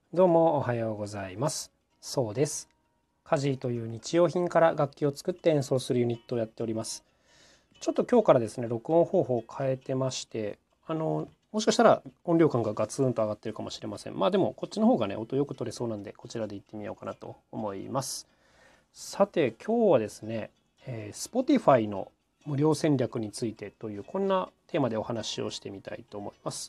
どうもおはようございます。そうです。カジーという日用品から楽器を作って演奏するユニットをやっております。ちょっと今日からですね、録音方法を変えてまして、もしかしたら音量感がガツンと上がってるかもしれません。まあでもこっちの方がね、音よく取れそうなんで、こちらで行ってみようかなと思います。さて今日はですね、Spotify の無料戦略についてというこんなテーマでお話をしてみたいと思います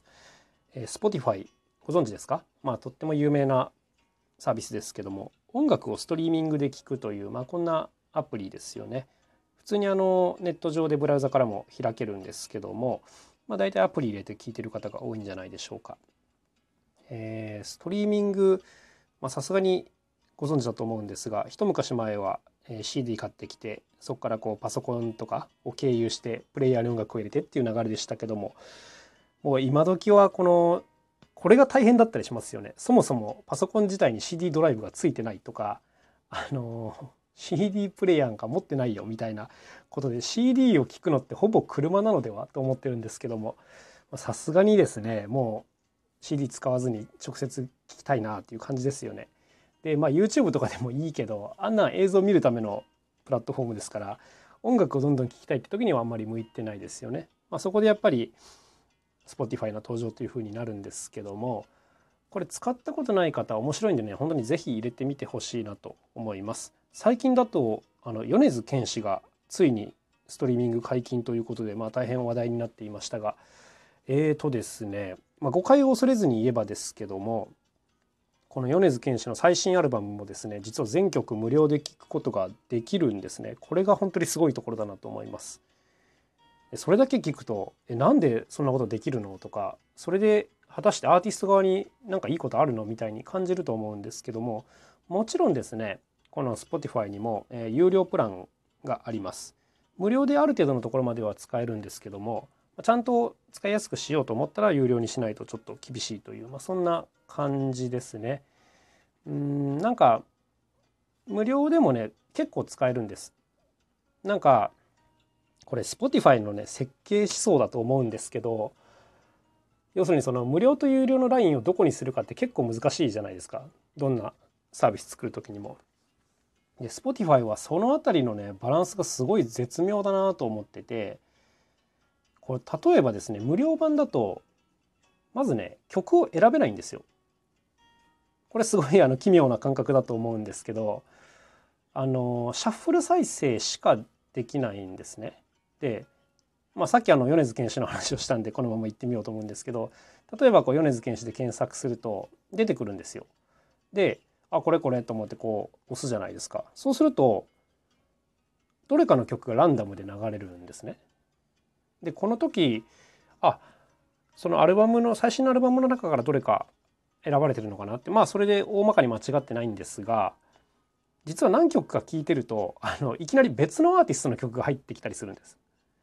。Spotify ご存知ですか？まあとっても有名なサービスですけども、音楽をストリーミングで聴くという、こんなアプリですよね。普通にネット上でブラウザからも開けるんですけども、大体アプリ入れて聴いてる方が多いんじゃないでしょうか。ストリーミング、さすがにご存知だと思うんですが、一昔前は CD 買ってきて、そこからこうパソコンとかを経由してプレイヤーに音楽を入れてっていう流れでしたけども、もう今時はこれが大変だったりしますよね。そもそもパソコン自体に CD ドライブがついてないとか、CD プレイヤーなんか持ってないよみたいなことで CD を聞くのってほぼ車なのではと思ってるんですけども、さすがにですね、もう CD 使わずに直接聞きたいなっていう感じですよね。で、YouTube とかでもいいけど、あんな映像を見るためのプラットフォームですから、音楽をどんどん聴きたいって時にはあんまり向いてないですよね。そこでやっぱり Spotify の登場というふうになるんですけども、これ使ったことない方は面白いんでね、本当にぜひ入れてみてほしいなと思います。最近だと米津玄師がついにストリーミング解禁ということで、大変話題になっていましたが、ですね、誤解を恐れずに言えばですけども、この米津玄師の最新アルバムもですね、実は全曲無料で聴くことができるんですね。これが本当にすごいところだなと思います。それだけ聞くとなんでそんなことできるのとか、それで果たしてアーティスト側になんかいいことあるのみたいに感じると思うんですけども、もちろんですね、この Spotify にも、有料プランがあります。無料である程度のところまでは使えるんですけども、ちゃんと使いやすくしようと思ったら有料にしないとちょっと厳しいという、そんな感じですね。なんか無料でもね結構使えるんです。なんかこれ Spotify のね設計思想だと思うんですけど、要するにその無料と有料のラインをどこにするかって結構難しいじゃないですか。どんなサービス作る時にも。で Spotify はそのあたりのねバランスがすごい絶妙だなと思ってて、これ例えばですね、無料版だとまずね曲を選べないんですよ。これすごい奇妙な感覚だと思うんですけど、シャッフル再生しかできないんですね。で、さっき米津玄師の話をしたんでこのまま行ってみようと思うんですけど、例えば米津玄師で検索すると出てくるんですよ。で、これこれと思ってこう押すじゃないですか。そうするとどれかの曲がランダムで流れるんですね。でこの時、あそのアルバムの最新のアルバムの中からどれか選ばれてるのかなって、それで大まかに間違ってないんですが、実は何曲か聴いてるといきなり別のアーティストの曲が入ってきたりするんです。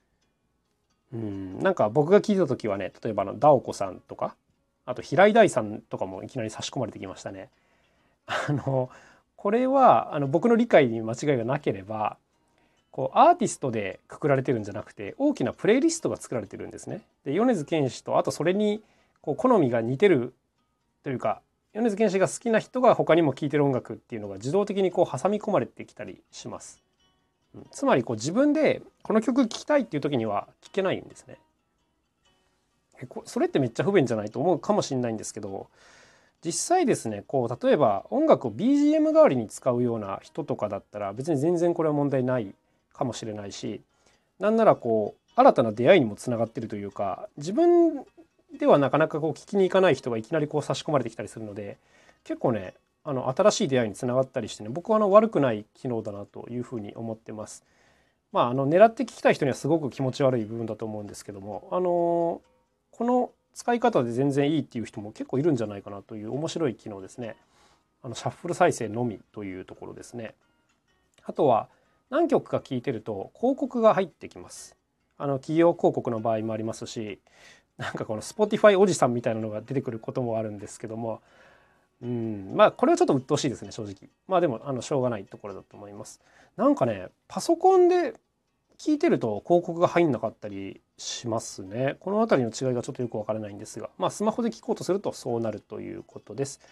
なんか僕が聞いた時はね、例えばダオコさんとか、あと平井大さんとかもいきなり差し込まれてきましたね。あのこれは僕の理解に間違いがなければ、こうアーティストでくくられてるんじゃなくて大きなプレイリストが作られてるんですね。で米津玄師とあとそれにこう好みが似てるというか、米津玄師が好きな人が他にも聴いてる音楽っていうのが自動的にこう挟み込まれてきたりします。つまりこう自分でこの曲聴きたいっていう時には聴けないんですね。それってめっちゃ不便じゃないと思うかもしれないんですけど、実際ですね、こう例えば音楽を BGM 代わりに使うような人とかだったら別に全然これは問題ないかもしれないし、なんならこう新たな出会いにもつながってるというか、自分ではなかなかこう聞きに行かない人がいきなりこう差し込まれてきたりするので、結構ね新しい出会いにつながったりしてね、僕は悪くない機能だなというふうに思ってます。狙って聞きたい人にはすごく気持ち悪い部分だと思うんですけども、この使い方で全然いいっていう人も結構いるんじゃないかなという面白い機能ですね。シャッフル再生のみというところですね。あとは何曲か聞いてると広告が入ってきます。企業広告の場合もありますし、なんかこの Spotify おじさんみたいなのが出てくることもあるんですけども、これはちょっと鬱陶しいですね、正直。でもしょうがないところだと思います。なんかねパソコンで聞いてると広告が入んなかったりしますね。このあたりの違いがちょっとよくわからないんですが、スマホで聞こうとするとそうなるということです。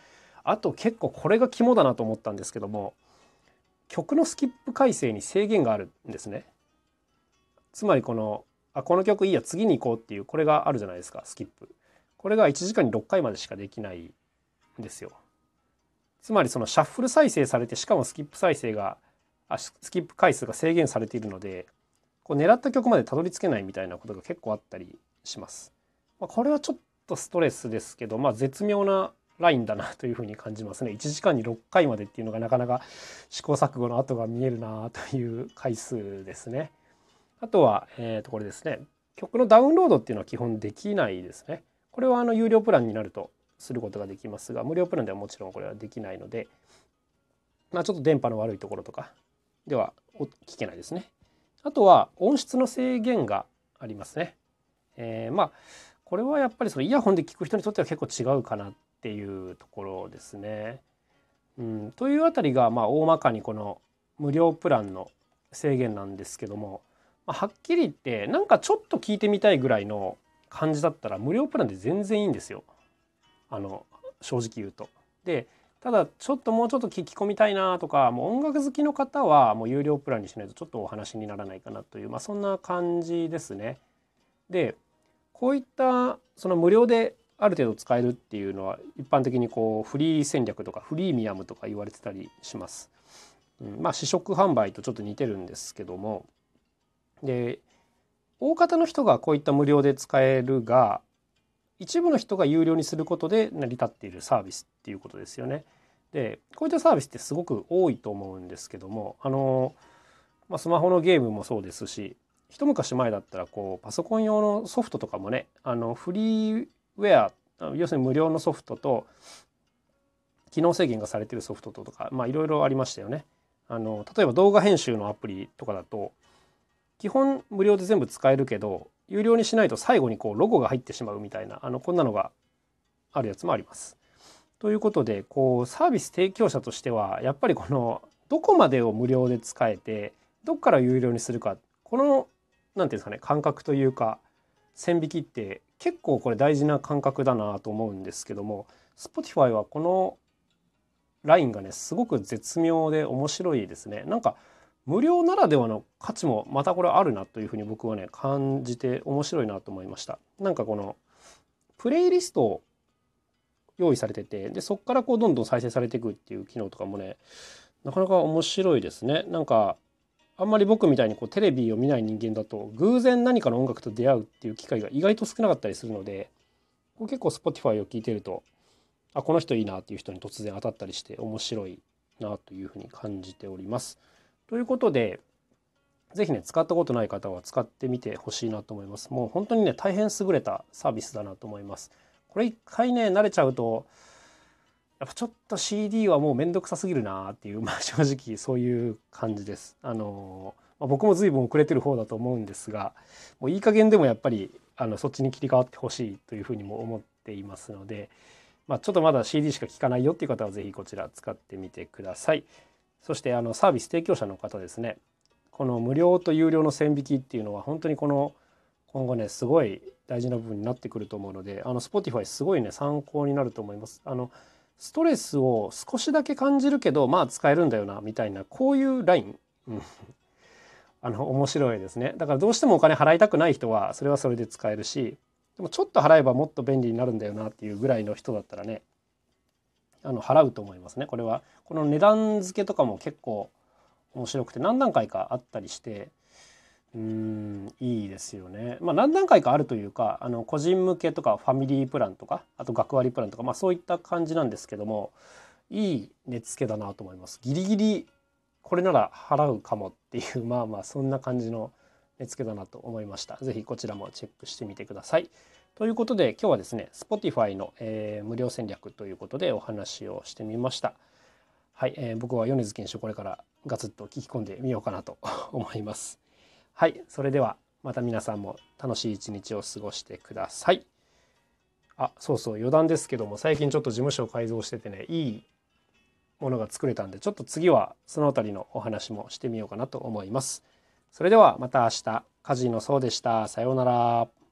あと結構これが肝だなと思ったんですけども、曲のスキップ回数に制限があるんですね。つまりこの曲いいや次に行こうっていうこれがあるじゃないですか、スキップ。これが1時間に6回までしかできないんですよ。つまりそのシャッフル再生されて、しかもスキップ回数が制限されているので、こう狙った曲までたどり着けないみたいなことが結構あったりします。これはちょっとストレスですけど、絶妙なラインだなというふうに感じますね。1時間に6回までっていうのがなかなか試行錯誤の跡が見えるなという回数ですね。あとは、これですね。曲のダウンロードっていうのは基本できないですね。これは有料プランになるとすることができますが、無料プランではもちろんこれはできないので、ちょっと電波の悪いところとかでは聞けないですね。あとは音質の制限がありますね。これはやっぱりそのイヤホンで聞く人にとっては結構違うかなっていうところですね。というあたりが大まかにこの無料プランの制限なんですけども、はっきり言ってなんかちょっと聞いてみたいぐらいの感じだったら無料プランで全然いいんですよ。正直言うと。でただもうちょっと聞き込みたいなとか、もう音楽好きの方はもう有料プランにしないとちょっとお話にならないかなという、そんな感じですね。でこういったその無料である程度使えるっていうのは一般的にこうフリー戦略とかフリーミアムとか言われてたりします。試食販売とちょっと似てるんですけども、で大方の人がこういった無料で使えるが、一部の人が有料にすることで成り立っているサービスっていうことですよね。でこういったサービスってすごく多いと思うんですけども、スマホのゲームもそうですし、一昔前だったらこうパソコン用のソフトとかもね、フリーウェア、要するに無料のソフトと機能制限がされているソフトとかいろいろありましたよね。例えば動画編集のアプリとかだと基本無料で全部使えるけど、有料にしないと最後にこうロゴが入ってしまうみたいなこんなのがあるやつもあります。ということでこうサービス提供者としてはやっぱりこのどこまでを無料で使えてどこから有料にするか、このなんていうんですかね、感覚というか線引きって結構これ大事な感覚だなと思うんですけども、 Spotify はこのラインがねすごく絶妙で面白いですね。なんか無料ならではの価値もまたこれあるなというふうに僕はね感じて面白いなと思いました。なんかこのプレイリストを用意されてて、でそこからこうどんどん再生されていくっていう機能とかもねなかなか面白いですね。なんかあんまり僕みたいにこうテレビを見ない人間だと偶然何かの音楽と出会うっていう機会が意外と少なかったりするので、結構 Spotify を聞いてるとこの人いいなっていう人に突然当たったりして面白いなというふうに感じております。ということでぜひね使ったことない方は使ってみてほしいなと思います。もう本当にね大変優れたサービスだなと思います。これ一回ね慣れちゃうとやっぱちょっと CD はもうめんどくさすぎるなっていう、正直そういう感じです。僕も随分遅れてる方だと思うんですが、もういい加減でもやっぱりそっちに切り替わってほしいというふうにも思っていますので、ちょっとまだ CD しか聞かないよっていう方はぜひこちら使ってみてください。そしてサービス提供者の方ですね、この無料と有料の線引きっていうのは本当に今後ねすごい大事な部分になってくると思うので、Spotify すごいね参考になると思います。ストレスを少しだけ感じるけど使えるんだよなみたいなこういうライン、面白いですね。だからどうしてもお金払いたくない人はそれはそれで使えるし、でもちょっと払えばもっと便利になるんだよなっていうぐらいの人だったらね払うと思いますね。これはこの値段付けとかも結構面白くて何段階かあったりしていいですよね。何段階かあるというか個人向けとかファミリープランとかあと学割プランとかそういった感じなんですけども、いい値付けだなと思います。ギリギリこれなら払うかもっていうそんな感じの値付けだなと思いました。ぜひこちらもチェックしてみてください。ということで今日はですね Spotify の、無料戦略ということでお話をしてみました。はい、僕は米津玄師をこれからガツッと聞き込んでみようかなと思います。はい、それではまた皆さんも楽しい一日を過ごしてください。そうそう余談ですけども、最近ちょっと事務所を改造しててねいいものが作れたんで、ちょっと次はそのあたりのお話もしてみようかなと思います。それではまた明日。カジノそうでした。さようなら。